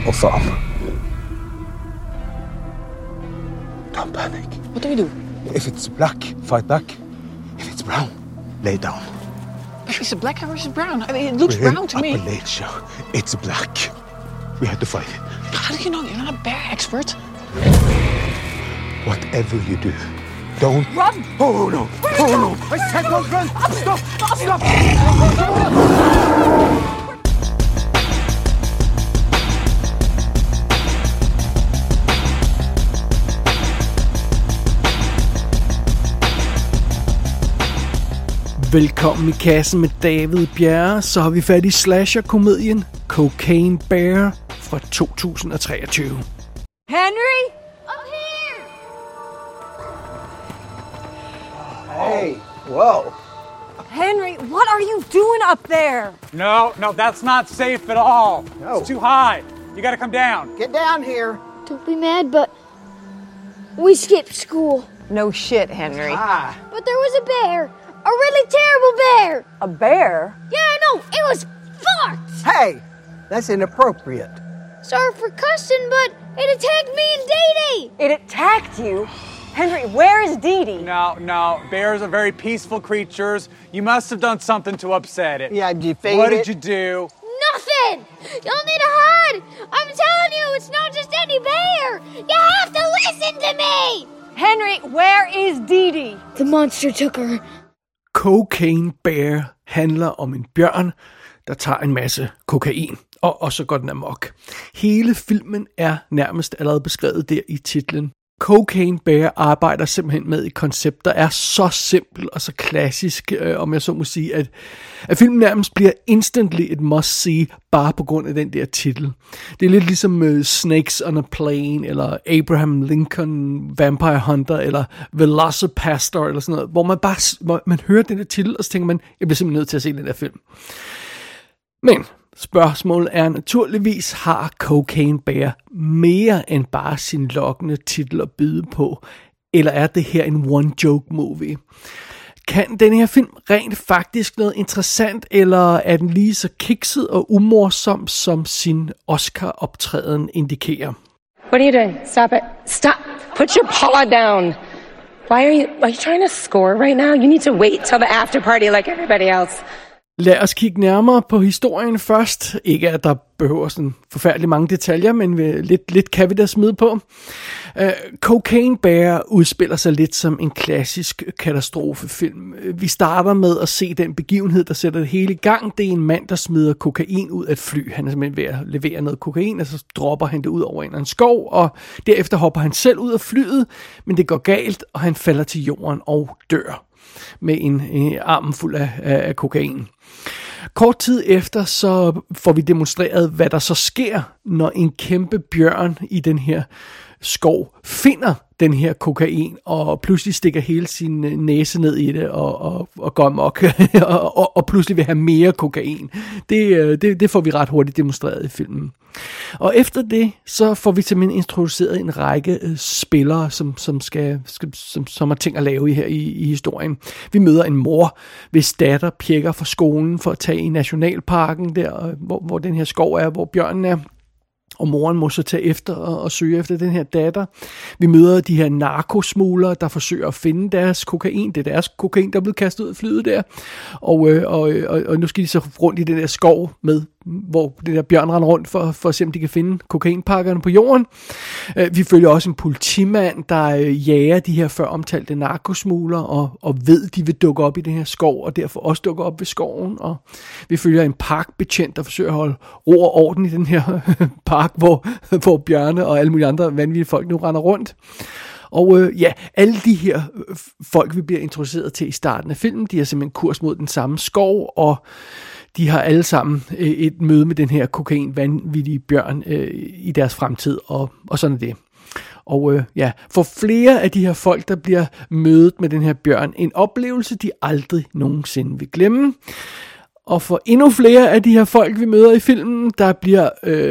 or thumb. Don't panic. What do we do? If it's black, fight back. If it's brown, lay down. Is it black or is it brown? I mean, it looks brown to me. Appalachia. It's black. We had to fight it. How do you know? You're not a bear expert. Whatever you do, don't Run! Oh no! Oh no! I said don't run! Stop! Stop! Velkommen i kassen med David Bjerre. Så har vi fat i slasher-komedien Cocaine Bear fra 2023. Henry? Up here! Hey, whoa. Henry, what are you doing up there? No, that's not safe at all. No. It's too high. You gotta come down. Get down here. Don't be mad, but we skipped school. No shit, Henry. Ah. But there was a bear. A really terrible bear. A bear? Yeah, I know. It was farts. Hey, that's inappropriate. Sorry for cussing, but it attacked me and Dee Dee. It attacked you? Henry, where is Dee Dee? No. Bears are very peaceful creatures. You must have done something to upset it. Yeah, did you feed What it? did you do? Nothing. Y'all need to hide. I'm telling you, it's not just any bear. You have to listen to me. Henry, where is Dee Dee? The monster took her. Cocaine Bear handler om en bjørn, der tager en masse kokain, og så går den amok. Hele filmen er nærmest allerede beskrevet der i titlen. Cocaine Bear arbejder simpelthen med et koncept, der er så simpelt og så klassisk, om jeg så må sige, at filmen nærmest bliver instantly et must-see, bare på grund af den der titel. Det er lidt ligesom Snakes on a Plane, eller Abraham Lincoln, Vampire Hunter, eller Velocipastor, eller sådan noget, hvor man hører den der titel, og så tænker man, jeg bliver simpelthen nødt til at se den der film. Men spørgsmålet er naturligvis, har Cocaine Bear mere end bare sin lokkende titel at byde på, eller er det her en one-joke-movie? Kan den her film rent faktisk noget interessant, eller er den lige så kikset og umorsom, som sin Oscar-optræden indikerer? What are you doing? Stop it. Stop. Put your paw down. Why are you trying to score right now? You need to wait till the after party like everybody else. Lad os kigge nærmere på historien først. Ikke at der behøver sådan forfærdeligt mange detaljer, men lidt kan vi da smide på. Cocaine Bear udspiller sig lidt som en klassisk katastrofefilm. Vi starter med at se den begivenhed, der sætter det hele i gang. Det er en mand, der smider kokain ud af et fly. Han er simpelthen ved at levere noget kokain, og så dropper han det ud over en eller anden skov, og derefter hopper han selv ud af flyet, men det går galt, og han falder til jorden og dør med en arm fuld af kokain. Kort tid efter så får vi demonstreret, hvad der så sker, når en kæmpe bjørn i den her skov finder den her kokain, og pludselig stikker hele sin næse ned i det, og går amok, og pludselig vil have mere kokain. Det får vi ret hurtigt demonstreret i filmen. Og efter det, så får vi simpelthen introduceret en række spillere, som har ting at lave her i historien. Vi møder en mor, hvis datter pjekker fra skolen for at tage i nationalparken, der hvor den her skov er, hvor bjørnen er. Og moren må så tage efter og søge efter den her datter. Vi møder de her narkosmuglere, der forsøger at finde deres kokain. Det er deres kokain, der er blevet kastet ud af flyet der. Og nu skal de så rundt i den der skov med, hvor det der bjørn render rundt for at se, om de kan finde kokainpakkerne på jorden. Vi følger også en politimand, der jager de her før omtalte narkosmuglere og ved, de vil dukke op i den her skov, og derfor også dukker op ved skoven. Og vi følger en parkbetjent, der forsøger at holde ro og orden i den her park, hvor bjørne og alle mulige andre vanvittige folk nu render rundt. Og alle de her folk, vi bliver introduceret til i starten af filmen, de har simpelthen kurs mod den samme skov, og de har alle sammen et møde med den her kokain-vanvittige bjørn i deres fremtid, og sådan er det. Og for flere af de her folk, der bliver mødet med den her bjørn, en oplevelse, de aldrig nogensinde vil glemme. Og for endnu flere af de her folk, vi møder i filmen, der bliver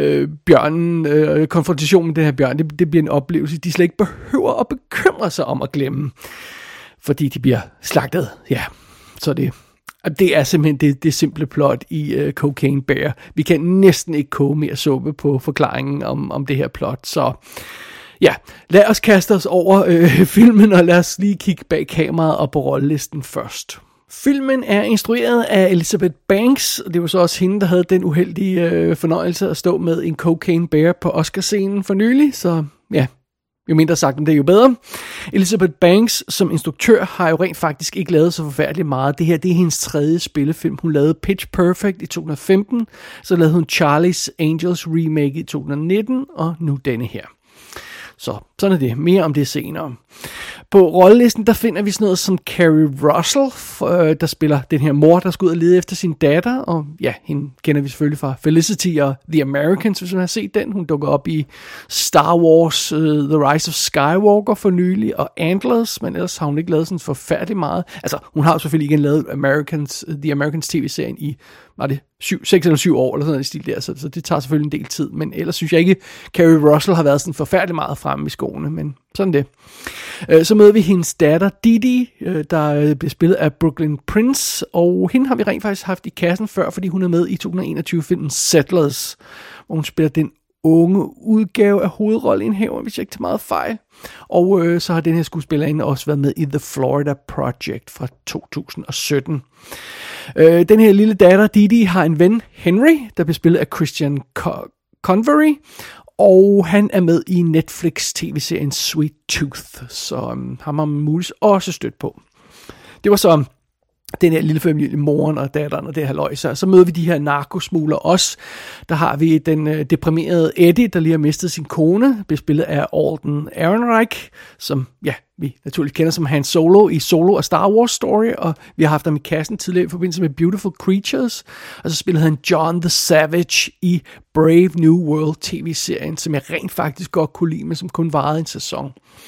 konfrontation med den her bjørn, det bliver en oplevelse, de slet ikke behøver at bekymre sig om at glemme. Fordi de bliver slagtet, ja, så det Det er simpelthen det simple plot i Cocaine Bear. Vi kan næsten ikke koge mere suppe på forklaringen om det her plot, så ja, lad os kaste os over filmen, og lad os lige kigge bag kameraet og på rollelisten først. Filmen er instrueret af Elizabeth Banks, og det var så også hende, der havde den uheldige fornøjelse at stå med en Cocaine Bear på Oscarscenen for nylig, så ja, jo mindre sagt om det, jo bedre. Elizabeth Banks som instruktør har jo rent faktisk ikke lavet så forfærdeligt meget. Det her, det er hendes tredje spillefilm. Hun lavede Pitch Perfect i 2015, så lavede hun Charlie's Angels remake i 2019, og nu denne her. Så sådan er det. Mere om det senere. På rollelisten, der finder vi sådan noget som Kerry Russell, der spiller den her mor, der skal ud og lede efter sin datter. Og ja, hende kender vi selvfølgelig fra Felicity og The Americans, hvis man har set den. Hun dukker op i Star Wars, The Rise of Skywalker for nylig, og Antlers, men ellers har hun ikke lavet sådan forfærdeligt meget. Altså, hun har selvfølgelig igen lavet The Americans tv-serien i, var det 6 eller 7 år, eller sådan noget i stil der, så det tager selvfølgelig en del tid, men ellers synes jeg ikke, Kerry Russell har været sådan forfærdeligt meget fremme i skoene, men sådan det. Så møder vi hendes datter, Didi, der bliver spillet af Brooklyn Prince, og hende har vi rent faktisk haft i kassen før, fordi hun er med i 2021-filmen Settlers, hvor hun spiller den unge udgave af hovedrolleindhaveren, hvis jeg ikke tager meget fejl. Og så har den her skuespillerinde også været med i The Florida Project fra 2017. Den her lille datter, Didi, har en ven, Henry, der bliver spillet af Christian Convery, og han er med i Netflix tv-serien Sweet Tooth, så ham har man muligvis også stødt på. Det var så den her lille familie, moren og datteren og det her løg. Så møder vi de her narkosmugler også. Der har vi den deprimerede Eddie, der lige har mistet sin kone, bespillet af Alden Ehrenreich, som ja, vi naturligt kender som Han Solo i Solo og Star Wars Story, og vi har haft ham i kassen tidligere i forbindelse med Beautiful Creatures, og så spillede han John the Savage i Brave New World tv-serien, som jeg rent faktisk godt kunne lide, men som kun varede en sæson.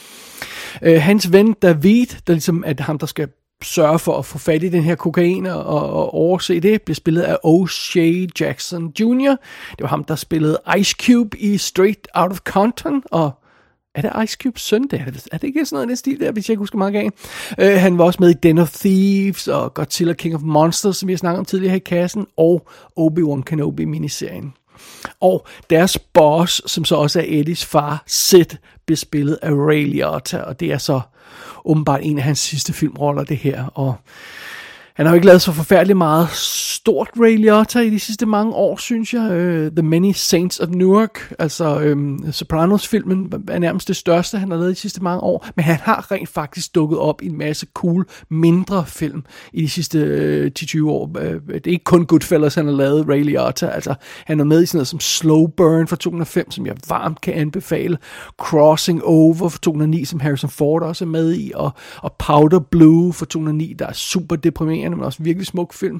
Hans ven David, der ligesom er ham, der skal sørge for at få fat i den her kokain og overse det, bliver spillet af O'Shea Jackson Jr. Det var ham, der spillede Ice Cube i Straight Out of Compton, og er det Ice Cubes søn der? Er det ikke sådan noget i den stil der, hvis jeg ikke husker meget gang? Han var også med i Den of Thieves og Godzilla King of Monsters, som vi har snakket om tidligere her i kassen, og Obi-Wan Kenobi miniserien. Og deres boss, som så også er Eddies far, Sid, bliver spillet af Ray Liotta, og det er så åbenbart en af hans sidste filmroller, det her, og han har jo ikke lavet så forfærdeligt meget stort Ray Liotta i de sidste mange år, synes jeg. The Many Saints of Newark, altså Sopranos-filmen, er nærmest det største, han har lavet de sidste mange år. Men han har rent faktisk dukket op i en masse cool, mindre film i de sidste 10-20 år. Det er ikke kun Goodfellas, han har lavet, Ray Liotta. Altså, han er med i sådan noget som Slow Burn fra 2005, som jeg varmt kan anbefale. Crossing Over fra 2009, som Harrison Ford også er med i. Og Powder Blue fra 2009, der er super deprimerende, men også virkelig smuk film.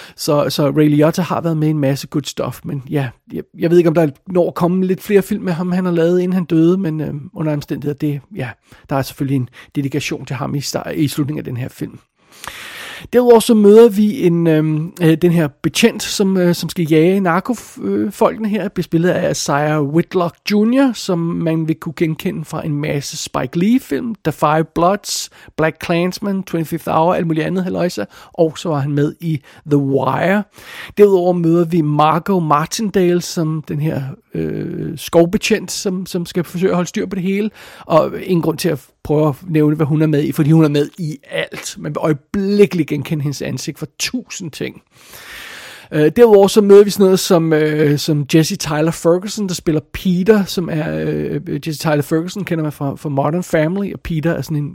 Så Ray Liotta har været med i en masse good stuff, men ja, jeg ved ikke, om der når at komme lidt flere film med ham, han har lavet, inden han døde, men under omstændigheder, det, ja, der er selvfølgelig en dedikation til ham i slutningen af den her film. Derudover så møder vi den her betjent, som skal jage narkofolkene her, bespillet af Isaiah Whitlock Jr., som man vil kunne genkende fra en masse Spike Lee-film, The Five Bloods, Black Klansman, 25th Hour, alt muligt andet halløjsa, og så var han med i The Wire. Derudover møder vi Margot Martindale, som den her skovbetjent, som skal forsøge at holde styr på det hele, og ingen grund til at prøve at nævne, hvad hun er med i, fordi hun er med i alt. Man vil øjeblikkeligt genkende hendes ansigt for 1000 ting. Derudover så møder vi sådan noget som Jesse Tyler Ferguson, der spiller Peter, som er Jesse Tyler Ferguson kender man fra Modern Family, og Peter er sådan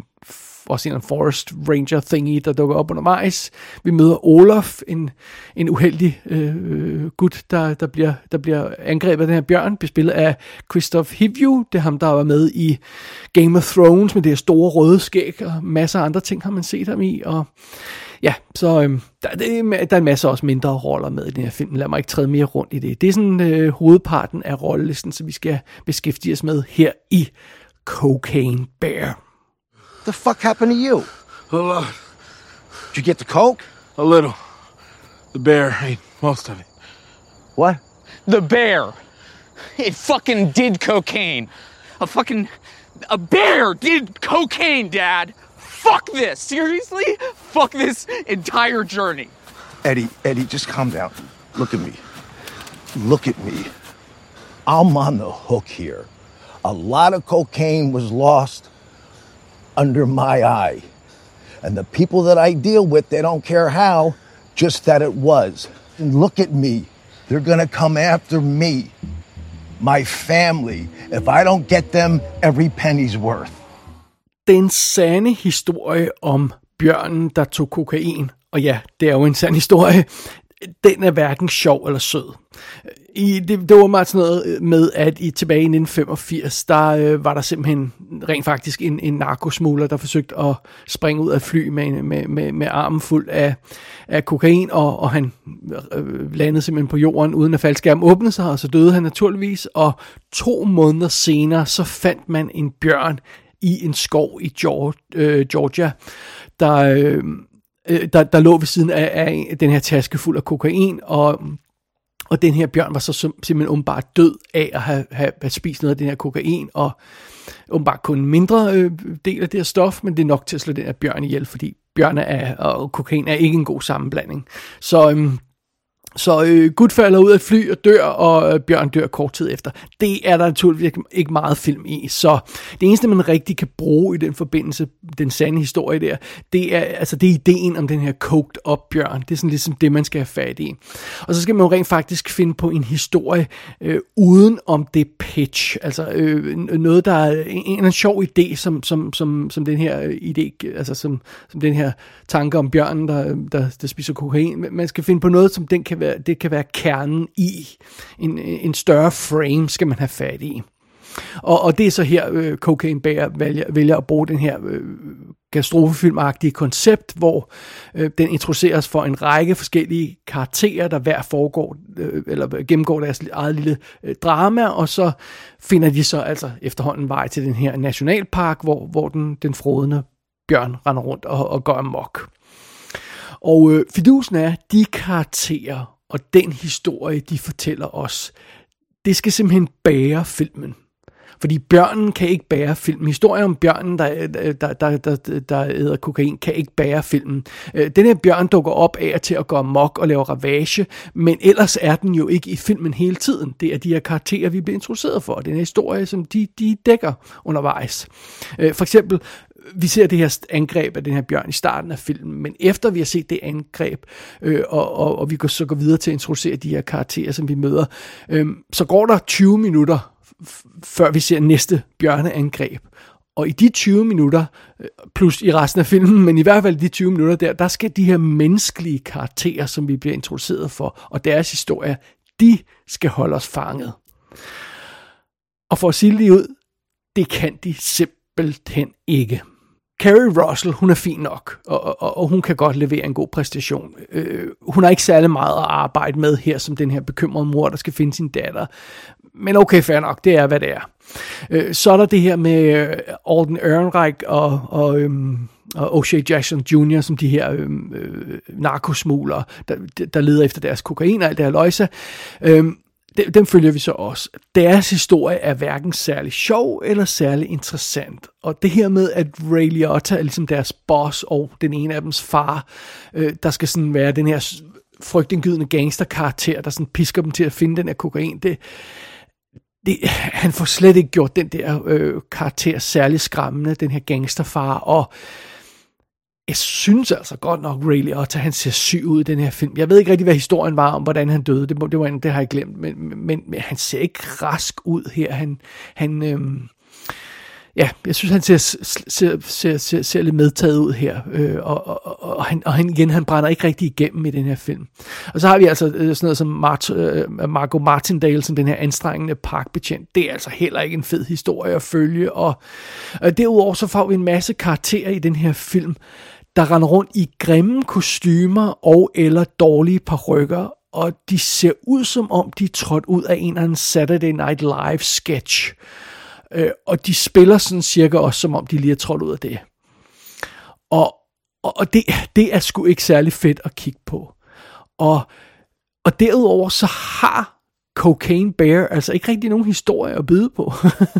også en forest ranger thingy, der dukker op undervejs. Vi møder Olaf, en uheldig gut, der bliver angrebet af den her bjørn, bespillet af Christoph Hivju. Det er ham, der var med i Game of Thrones med det her store røde skæg, og masser af andre ting har man set ham i, og ja, så der er en masse også mindre roller med i den her film. Lad mig ikke træde mere rundt i det. Det er sådan hovedparten af rollelisten, som vi skal beskæftige os med her i Cocaine Bear. The fuck happened to you? A lot. Did you get the coke? A little. The bear ate most of it. What? The bear. It fucking did cocaine. A bear did cocaine, Dad. Fuck this! Seriously? Fuck this entire journey. Eddie, just calm down. Look at me. Look at me. I'm on the hook here. A lot of cocaine was lost under my eye. And the people that I deal with, they don't care how, just that it was. And look at me. They're gonna come after me. My family. If I don't get them every penny's worth. Den sande historie om bjørnen, der tog kokain, og ja, det er jo en sand historie, den er hverken sjov eller sød. Det var meget sådan noget med, at tilbage i 1985, der var der simpelthen rent faktisk en narkosmugler, der forsøgte at springe ud af fly med armen fuld af kokain, og han landede simpelthen på jorden, uden at faldskærmen åbnede sig, og så døde han naturligvis, og 2 måneder senere, så fandt man en bjørn i en skov i Georgia, der lå ved siden af den her taske fuld af kokain, og den her bjørn var så simpelthen åbenbart død af at have spist noget af den her kokain, og åbenbart kun en mindre del af det her stof, men det er nok til at slå den her bjørn ihjel, fordi bjørne og kokain er ikke en god sammenblanding. Så Gud falder ud af et fly og dør, og Bjørn dør kort tid efter. Det er der naturligvis ikke meget film i, så det eneste, man rigtig kan bruge i den forbindelse, den sande historie der, det er ideen om den her coked up bjørn. Det er sådan ligesom det, man skal have fat i. Og så skal man jo rent faktisk finde på en historie uden om det pitch. Altså noget, der er en sjov idé, som den her idé, altså som den her tanke om bjørnen, der spiser kokain. Man skal finde på noget, som det kan være kernen i en større frame, skal man have fat i. Og det er så her, Cocaine Bear vælger at bruge den her katastrofefilmagtige koncept, hvor den introduceres for en række forskellige karakterer, der hver gennemgår deres eget lille drama, og så finder de så altså efterhånden vej til den her nationalpark, hvor den frådende bjørn render rundt og går amok. Og fidusen er, de karakterer og den historie, de fortæller os, det skal simpelthen bære filmen. Fordi bjørnen kan ikke bære filmen. Historien om bjørnen, der æder kokain, kan ikke bære filmen. Den her bjørn dukker op af og til at gå amok og lave ravage, men ellers er den jo ikke i filmen hele tiden. Det er de her karakterer, vi bliver introduceret for. Det er en historie, som de dækker undervejs. For eksempel, vi ser det her angreb af den her bjørn i starten af filmen, men efter vi har set det angreb, og vi så går videre til at introducere de her karakterer, som vi møder, så går der 20 minutter, før vi ser næste bjørneangreb. Og i de 20 minutter, plus i resten af filmen, men i hvert fald de 20 minutter der skal de her menneskelige karakterer, som vi bliver introduceret for, og deres historier, de skal holde os fanget. Og for at sige det lige ud, det kan de simpelthen ikke. Kerry Russell, hun er fin nok, og hun kan godt levere en god præstation. Hun har ikke særlig meget at arbejde med her, som den her bekymrede mor, der skal finde sin datter. Men okay, fair nok, det er, hvad det er. Så er der det her med Alden Ehrenreich og O.J. Jackson Jr., som de her narkosmuglere, der leder efter deres kokain og alt det her løjse. Dem følger vi så også. Deres historie er hverken særlig sjov eller særlig interessant. Og det her med, at Ray Liotta er ligesom deres boss og den ene af dems far, der skal sådan være den her frygtindgydende gangsterkarakter, der sådan pisker dem til at finde den her kokain, han får slet ikke gjort den der karakter særlig skræmmende, den her gangsterfar, og jeg synes altså godt nok, Ray Liotta, han ser syg ud i den her film. Jeg ved ikke rigtig, hvad historien var om, hvordan han døde. Det har jeg glemt. Men han ser ikke rask ud her. Jeg synes, han ser lidt medtaget ud her. Og han brænder ikke rigtig igennem i den her film. Og så har vi altså sådan noget som Margot Martindale, som den her anstrengende parkbetjent. Det er altså heller ikke en fed historie at følge. Og derudover så får vi en masse karakterer i den her film, der render rundt i grimme kostymer og eller dårlige parykker, og de ser ud som om de er trådt ud af en eller anden Saturday Night Live sketch. Og de spiller sådan cirka også som om de lige er trådt ud af det. Og det er sgu ikke særlig fedt at kigge på. Og derudover så har Cocaine Bear altså ikke rigtig nogen historie at byde på.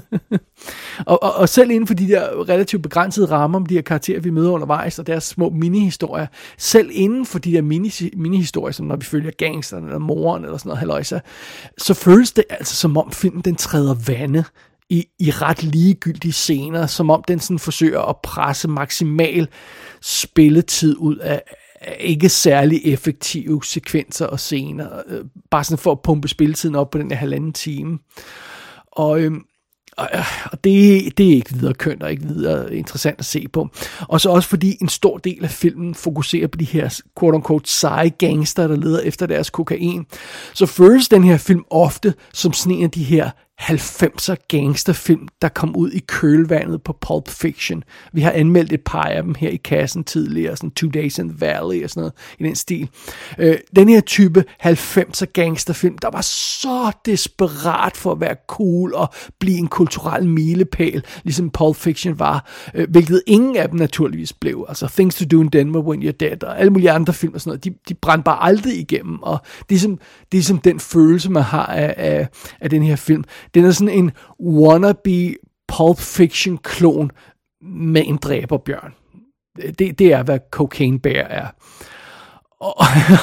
og selv inden for de der relativt begrænsede rammer om de her karakterer, vi møder undervejs, og deres små mini-historier, selv inden for de der mini-historier, som når vi følger gangsterne eller moren eller sådan noget halløjsa, så føles det altså som om filmen den træder vande i ret ligegyldige scener, som om den sådan forsøger at presse maksimal spilletid ud af ikke særlig effektive sekvenser og scener, bare sådan for at pumpe spilletiden op på den her 1,5 time. Og det er ikke videre kønt og ikke videre interessant at se på. Og så også fordi en stor del af filmen fokuserer på de her quote-unquote seje gangster, der leder efter deres kokain. Så føles den her film ofte som sådan en af de her 90'er gangsterfilm, der kom ud i kølvandet på Pulp Fiction. Vi har anmeldt et par af dem her i kassen tidligere, sådan 2 Days in the Valley og sådan noget i den stil. Den her type 90'er gangsterfilm, der var så desperat for at være cool og blive en kulturel milepæl, ligesom Pulp Fiction var, hvilket ingen af dem naturligvis blev. Altså Things to Do in Denver When You're Dead og alle mulige andre film og sådan noget, de brændte bare aldrig igennem, og det er som den følelse, man har af den her film. Den er sådan en wannabe Pulp Fiction-klon med en dræberbjørn. Det er, hvad Cocaine Bear er. Og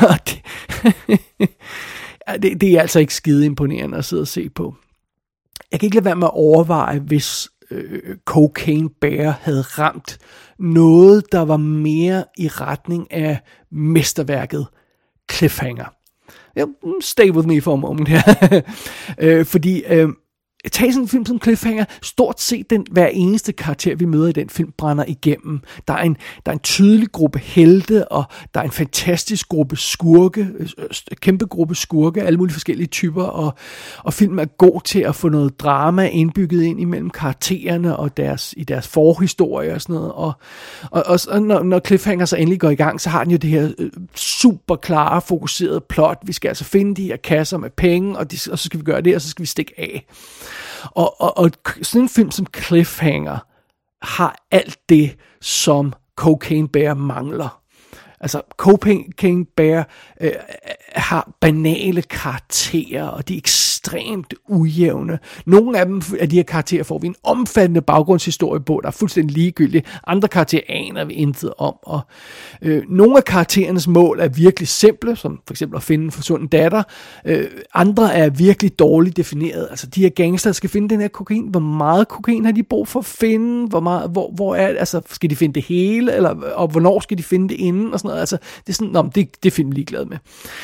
det er altså ikke skide imponerende at sidde og se på. Jeg kan ikke lade være med at overveje, hvis Cocaine Bear havde ramt noget, der var mere i retning af mesterværket Cliffhanger. Stay with me for a moment her. Fordi tag sådan en film som Cliffhanger, stort set hver eneste karakter, vi møder i den film, brænder igennem. Der er en tydelig gruppe helte, og der er en fantastisk gruppe skurke, kæmpe gruppe skurke, alle mulige forskellige typer, og filmen er god til at få noget drama indbygget ind imellem karaktererne og i deres forhistorie og sådan noget. Og når Cliffhanger så endelig går i gang, så har den jo det her super klare, fokuserede plot. Vi skal altså finde de her kasser med penge, og så skal vi gøre det, og så skal vi stikke af. Og sådan en film som Cliffhanger har alt det, som Cocaine Bear mangler. Altså, Cocaine Bear har banale karakterer, og de er ekstremt ujævne. Nogle af dem, af de her karakterer, får vi en omfattende baggrundshistorie på, der er fuldstændig ligegyldig. Andre karakterer aner vi intet om. Og nogle af karakterernes mål er virkelig simple, som for eksempel at finde en forsvunden datter. Andre er virkelig dårligt defineret. Altså, de her gangster skal finde den her kokain. Hvor meget kokain har de brug for at finde? Hvor er det? Altså, skal de finde det hele? Og hvornår skal de finde det inden? Og sådan noget. Altså, det er sådan, det er film ligeglad med.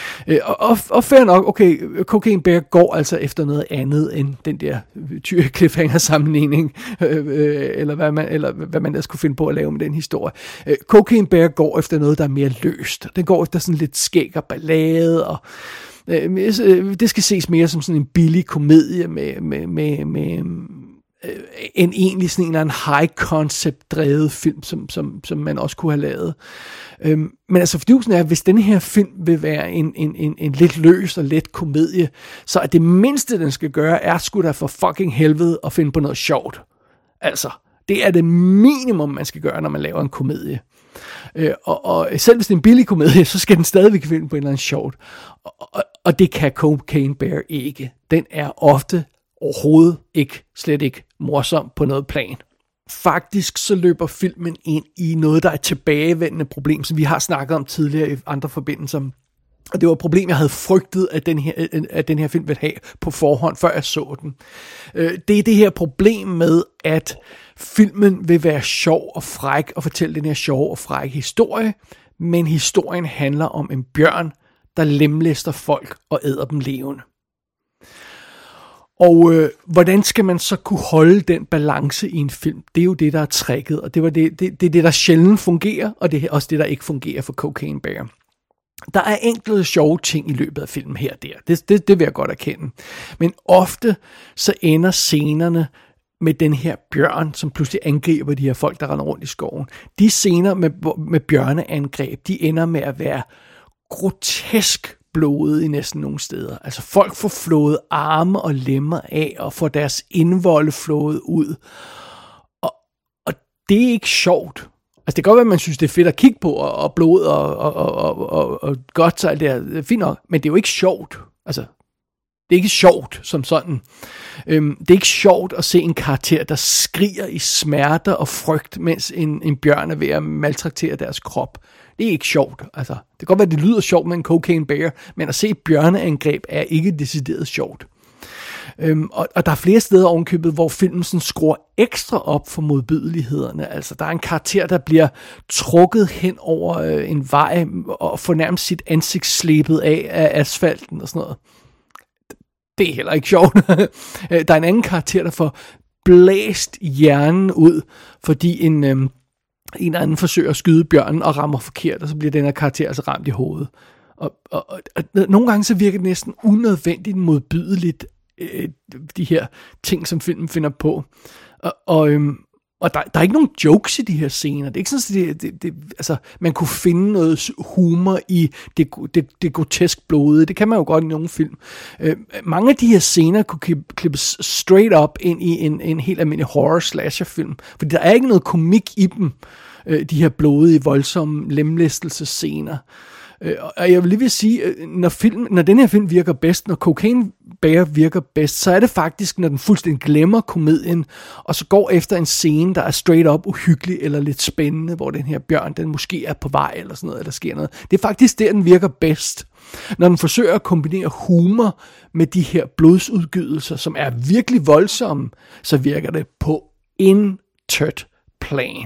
Og fair nok, okay, Cocaine Bear går altså efter noget andet end den der Cliffhanger-sammenligning, eller hvad man ellers kunne finde på at lave med den historie. Cocaine Bear går efter noget, der er mere løst. Den går efter sådan lidt skæg og ballade, og det skal ses mere som sådan en billig komedie med en egentlig sådan en eller anden high-concept-drevet film, som man også kunne have lavet. Men altså fordyvelsen er, hvis denne her film vil være en lidt løs og let komedie, så er det mindste, den skal gøre, er sgu da for fucking helvede at finde på noget sjovt. Altså, det er det minimum, man skal gøre, når man laver en komedie. Og selv hvis det er en billig komedie, så skal den stadigvæk finde på en eller anden sjovt. Og det kan Cocaine Bear ikke. Den er ofte overhovedet ikke, slet ikke morsom på noget plan. Faktisk så løber filmen ind i noget, der er et tilbagevendende problem, som vi har snakket om tidligere i andre forbindelser. Og det var et problem, jeg havde frygtet, at den her film ville have på forhånd, før jeg så den. Det er det her problem med, at filmen vil være sjov og fræk og fortælle den her sjov og fræk historie, men historien handler om en bjørn, der lemlæster folk og æder dem levende. Og hvordan skal man så kunne holde den balance i en film? Det er jo det, der er tricket, og det er det, der sjældent fungerer, og det er også det, der ikke fungerer for Cocaine Bear. Der er enkelte sjove ting i løbet af filmen her og der. Det vil jeg godt erkende. Men ofte så ender scenerne med den her bjørn, som pludselig angriber de her folk, der render rundt i skoven. De scener med bjørneangreb, de ender med at være grotesk blodet i næsten nogle steder. Altså folk får flået arme og lemmer af, og får deres indvolde flået ud. Og det er ikke sjovt. Altså det kan godt være, at man synes, det er fedt at kigge på, og blod og godt så alt det her, fint nok, men det er jo ikke sjovt. Altså, Det er ikke sjovt som sådan. Det er ikke sjovt at se en karakter, der skriger i smerte og frygt, mens en bjørn er ved at maltraktere deres krop. Det er ikke sjovt. Altså, det kan godt være, at det lyder sjovt med en cocaine bear, men at se et bjørneangreb er ikke decideret sjovt. Og der er flere steder ovenkøbet, hvor filmen sådan skruer ekstra op for modbydelighederne. Altså, der er en karakter, der bliver trukket hen over en vej og får nærmest sit ansigt slebet af asfalten og sådan noget. Det er heller ikke sjovt. Der er en anden karakter, der får blæst hjernen ud, fordi en eller anden forsøger at skyde bjørnen og rammer forkert, og så bliver den her karakter altså ramt i hovedet. Og nogle gange så virker det næsten unødvendigt modbydeligt, de her ting, som filmen finder på. Og der er ikke nogen jokes i de her scener. Det er ikke sådan, at altså, man kunne finde noget humor i det grotesk blodige. Det kan man jo godt i nogle film. Mange af de her scener kunne klippes straight up ind i en helt almindelig horror-slasher-film. Fordi der er ikke noget komik i dem, de her blodige, voldsomme lemlæstelsesscener. Og jeg vil lige vil sige, når den her film virker bedst, når Cocaine Bear virker bedst, så er det faktisk, når den fuldstændig glemmer komedien, og så går efter en scene, der er straight up uhyggelig eller lidt spændende, hvor den her bjørn, den måske er på vej eller sådan noget, eller sker noget. Det er faktisk der, den virker bedst. Når den forsøger at kombinere humor med de her blodsudgydelser, som er virkelig voldsomme, så virker det på intet plan.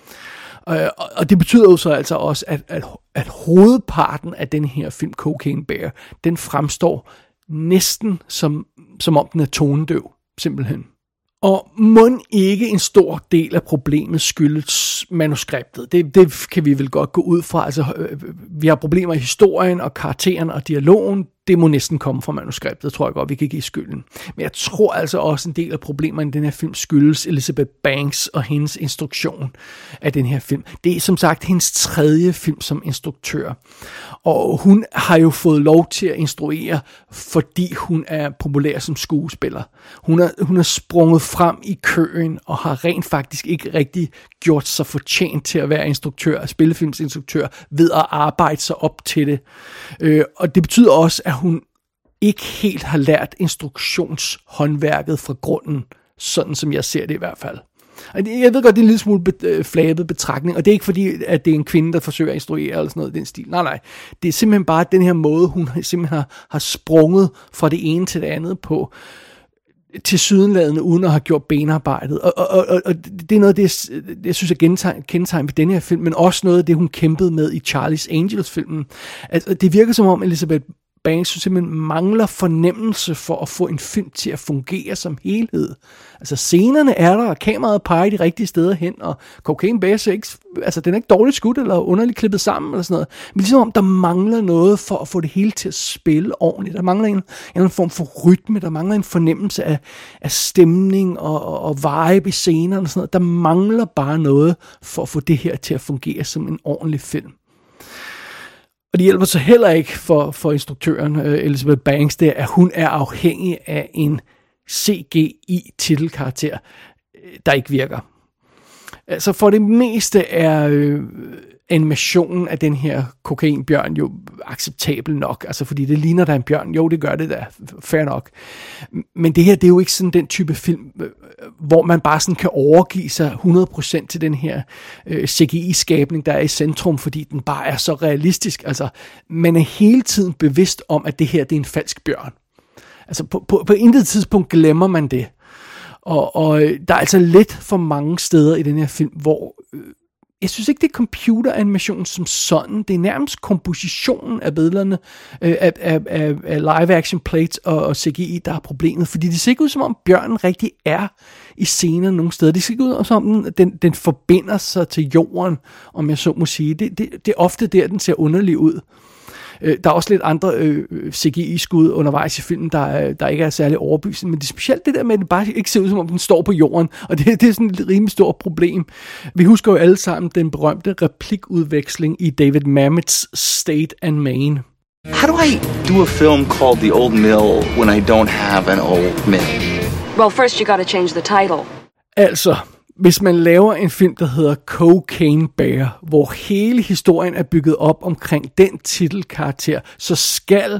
Og det betyder jo så altså også, at hovedparten af den her film, Cocaine Bear, den fremstår næsten som om den er tonedøv, simpelthen. Og mon ikke en stor del af problemet skyldes manuskriptet. Det kan vi vel godt gå ud fra. Altså, vi har problemer i historien og karakteren og dialogen. Det må næsten komme fra manuskriptet, tror jeg godt, vi kan give skylden. Men jeg tror altså også, en del af problemerne i den her film skyldes Elizabeth Banks og hendes instruktion af den her film. Det er som sagt hendes 3. film som instruktør. Og hun har jo fået lov til at instruere, fordi hun er populær som skuespiller. Hun er sprunget frem i køen og har rent faktisk ikke rigtig gjort sig fortjent til at være instruktør, spillefilmsinstruktør, ved at arbejde sig op til det. Og det betyder også, at hun ikke helt har lært instruktionshåndværket fra grunden, sådan som jeg ser det i hvert fald. Jeg ved godt, det er en lille smule flabet betragtning, og det er ikke fordi, at det er en kvinde, der forsøger at instruere eller sådan noget i den stil. Nej. Det er simpelthen bare den her måde, hun simpelthen har sprunget fra det ene til det andet på, tilsyneladende uden at have gjort benarbejdet. Og det er noget, det jeg synes er kendetegn ved denne her film, men også noget af det, hun kæmpede med i Charlie's Angels-filmen. Altså, det virker som om Elizabeth Banks simpelthen mangler fornemmelse for at få en film til at fungere som helhed. Altså scenerne er der, og kameraet peger de rigtige steder hen, og Cocaine Bear ikke, altså den er ikke dårligt skudt eller underligt klippet sammen eller sådan noget. Men ligesom om der mangler noget for at få det hele til at spille ordentligt. Der mangler en form for rytme, der mangler en fornemmelse af stemning og vibe i scenerne og sådan noget. Der mangler bare noget for at få det her til at fungere som en ordentlig film. Og det hjælper så heller ikke for instruktøren Elizabeth Banks, det at hun er afhængig af en CGI-titelkarakter, der ikke virker. Altså for det meste er animationen af den her kokainbjørn jo acceptabel nok, altså fordi det ligner der en bjørn. Jo, det gør det da, fair nok. Men det her, det er jo ikke sådan den type film, hvor man bare sådan kan overgive sig 100% til den her CGI-skabning, der er i centrum, fordi den bare er så realistisk. Altså, man er hele tiden bevidst om, at det her, det er en falsk bjørn. Altså, på intet tidspunkt glemmer man det. Og der er altså lidt for mange steder i den her film, hvor jeg synes ikke, det er computeranimation som sådan. Det er nærmest kompositionen af billederne, af live-action plates og CGI, der er problemet. Fordi det ser ikke ud, som om bjørnen rigtig er i scenen nogle steder. Det ser ikke ud, som om den forbinder sig til jorden, om jeg så må sige. Det er ofte der, den ser underlig ud. Der er også lidt andre CGI-skud undervejs i filmen, der ikke er særlig overbevisende, men det er specielt det der med, at det bare ikke ser ud, som om den står på jorden, og det er sådan et rimelig stort problem. Vi husker jo alle sammen den berømte replikudveksling i David Mammett's State and Maine. How do I do a film called The Old Mill when I don't have an old mill? Well, first you gotta change the title. Altså, hvis man laver en film, der hedder Cocaine Bear, hvor hele historien er bygget op omkring den titelkarakter, så skal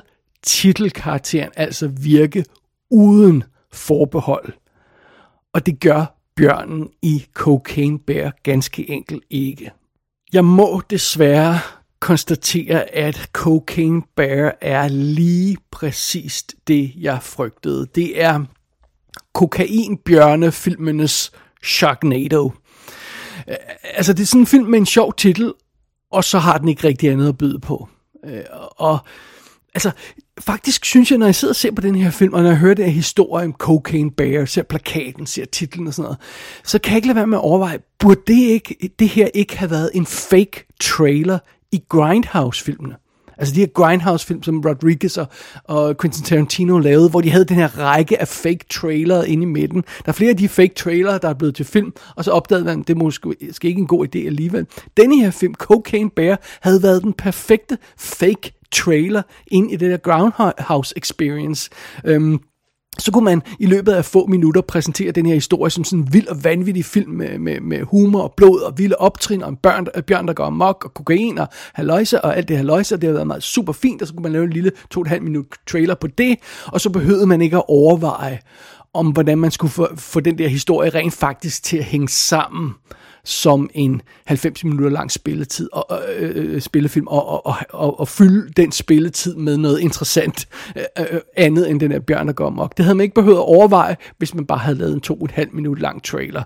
titelkarakteren altså virke uden forbehold. Og det gør bjørnen i Cocaine Bear ganske enkelt ikke. Jeg må desværre konstatere, at Cocaine Bear er lige præcist det, jeg frygtede. Det er kokainbjørnefilmenes Sharknado. Altså, det er sådan en film med en sjov titel, og så har den ikke rigtig andet at byde på. Og altså, faktisk synes jeg, når jeg sidder og ser på den her film, og når jeg hører den her historie om Cocaine Bear, ser plakaten, ser titlen og sådan noget, så kan jeg ikke lade være med at overveje, burde det her ikke have været en fake trailer i Grindhouse-filmene? Altså de her Grindhouse-film, som Rodriguez og Quentin Tarantino lavede, hvor de havde den her række af fake trailere inde i midten. Der er flere af de fake trailere, der er blevet til film, og så opdagede man, at det måske ikke en god idé alligevel. Denne her film, Cocaine Bear, havde været den perfekte fake trailer ind i det der Grindhouse experience. Så kunne man i løbet af få minutter præsentere den her historie som sådan en vild og vanvittig film med humor og blod og vilde optrin og en bjørn, der går amok og kokain og halløjse og alt det halløjse. Det har været meget super fint, og så kunne man lave en lille 2,5 minut trailer på det, og så behøvede man ikke at overveje om, hvordan man skulle få den der historie rent faktisk til at hænge sammen som en 90 minutter lang spilletid spillefilm og fylde den spilletid med noget interessant andet end den der bjørn, der går amok. Det havde man ikke behøvet at overveje, hvis man bare havde lavet en 2,5 minut lang trailer.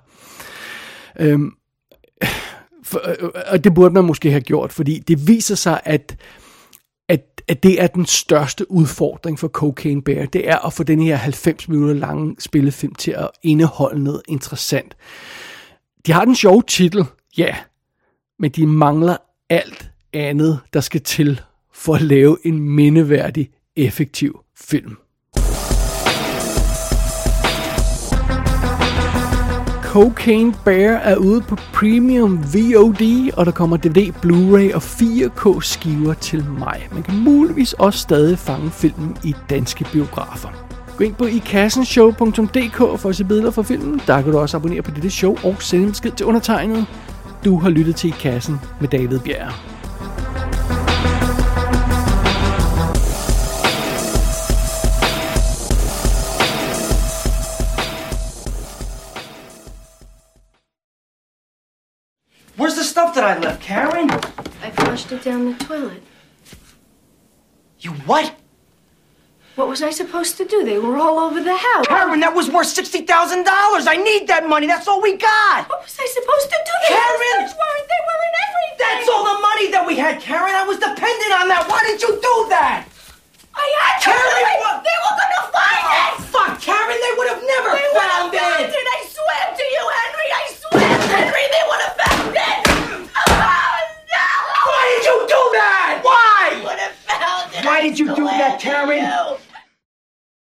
Og det burde man måske have gjort, fordi det viser sig, at det er den største udfordring for Cocaine Bear. Det er at få den her 90 minutter lange spillefilm til at indeholde noget interessant. De har den sjove titel, ja, men de mangler alt andet, der skal til for at lave en mindeværdig, effektiv film. Cocaine Bear er ude på Premium VOD, og der kommer DVD, Blu-ray og 4K skiver til maj. Man kan muligvis også stadig fange filmen i danske biografer. Gå ind på ikassenshow.dk for at se billeder fra filmen. Der kan du også abonnere på dette show og sende en besked til undertegnet. Du har lyttet til I Kassen med David Bjerg. Where's the stuff that I left, Karen? I flushed it down the toilet. You what? What was I supposed to do? They were all over the house. Karen, that was worth $60,000. I need that money. That's all we got. What was I supposed to do? The Karen! They were in everything. That's all the money that we had, Karen. I was dependent on that. Why did you do that? I had to. Karen, They were gonna